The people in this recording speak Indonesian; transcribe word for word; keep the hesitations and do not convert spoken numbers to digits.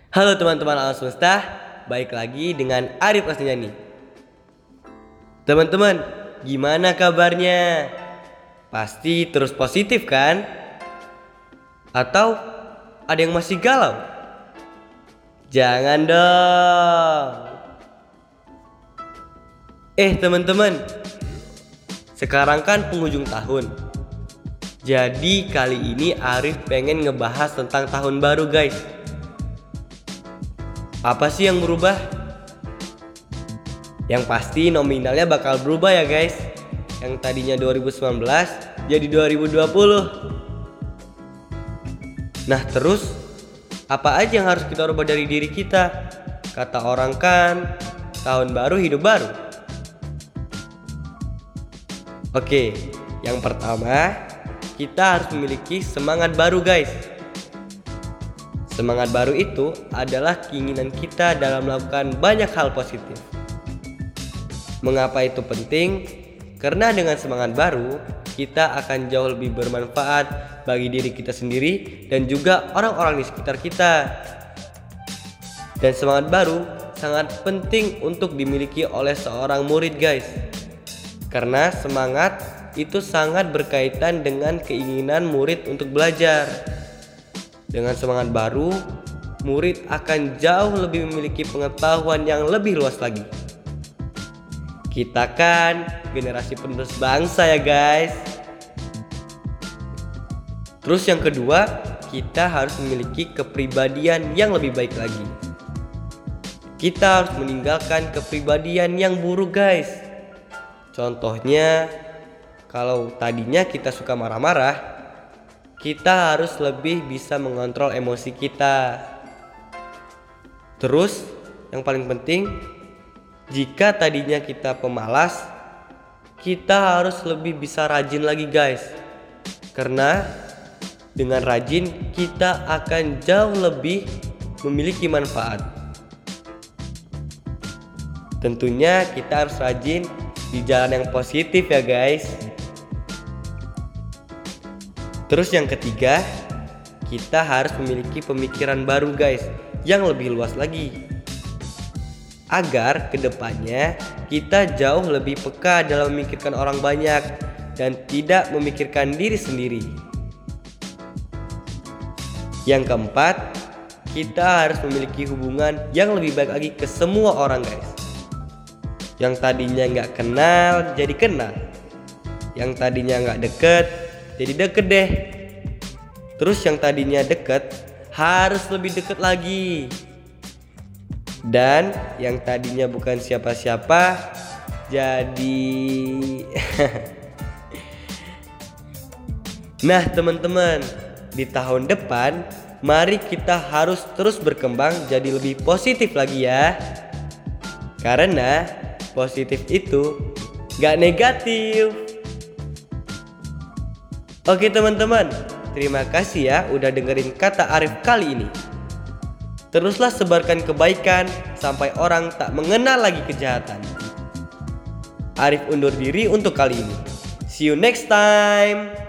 Halo teman-teman alam semesta, baik lagi dengan Arif Asniani. Teman-teman, gimana kabarnya? Pasti terus positif kan? Atau ada yang masih galau? Jangan dong. Eh teman-teman, sekarang kan penghujung tahun. Jadi kali ini Arif pengen ngebahas tentang tahun baru guys. Apa sih yang berubah? Yang pasti nominalnya bakal berubah ya guys. Yang tadinya dua ribu sembilan belas jadi dua ribu dua puluh. Nah terus apa aja yang harus kita rubah dari diri kita? Kata orang kan, tahun baru hidup baru. Oke, yang pertama kita harus memiliki semangat baru guys. Semangat baru itu adalah keinginan kita dalam melakukan banyak hal positif. Mengapa itu penting? Karena dengan semangat baru, kita akan jauh lebih bermanfaat bagi diri kita sendiri dan juga orang-orang di sekitar kita. Dan semangat baru sangat penting untuk dimiliki oleh seorang murid guys. Karena semangat itu sangat berkaitan dengan keinginan murid untuk belajar. Dengan semangat baru, murid akan jauh lebih memiliki pengetahuan yang lebih luas lagi. Kita kan generasi penerus bangsa ya guys. Terus yang kedua, kita harus memiliki kepribadian yang lebih baik lagi. Kita harus meninggalkan kepribadian yang buruk guys. Contohnya, kalau tadinya kita suka marah-marah, kita harus lebih bisa mengontrol emosi kita. Terus yang paling penting, jika tadinya kita pemalas, kita harus lebih bisa rajin lagi guys. Karena dengan rajin kita akan jauh lebih memiliki manfaat. Tentunya kita harus rajin di jalan yang positif ya guys. Terus yang ketiga, kita harus memiliki pemikiran baru guys, yang lebih luas lagi. Agar kedepannya kita jauh lebih peka dalam memikirkan orang banyak dan tidak memikirkan diri sendiri. Yang keempat, kita harus memiliki hubungan yang lebih baik lagi ke semua orang guys. Yang tadinya nggak kenal jadi kenal. Yang tadinya nggak deket jadi deket deh. Terus yang tadinya deket harus lebih deket lagi. Dan yang tadinya bukan siapa-siapa jadi Nah teman-teman, di tahun depan mari kita harus terus berkembang jadi lebih positif lagi ya. Karena positif itu gak negatif. Oke teman-teman, terima kasih ya udah dengerin kata Arif kali ini. Teruslah sebarkan kebaikan sampai orang tak mengenal lagi kejahatan. Arif undur diri untuk kali ini. See you next time.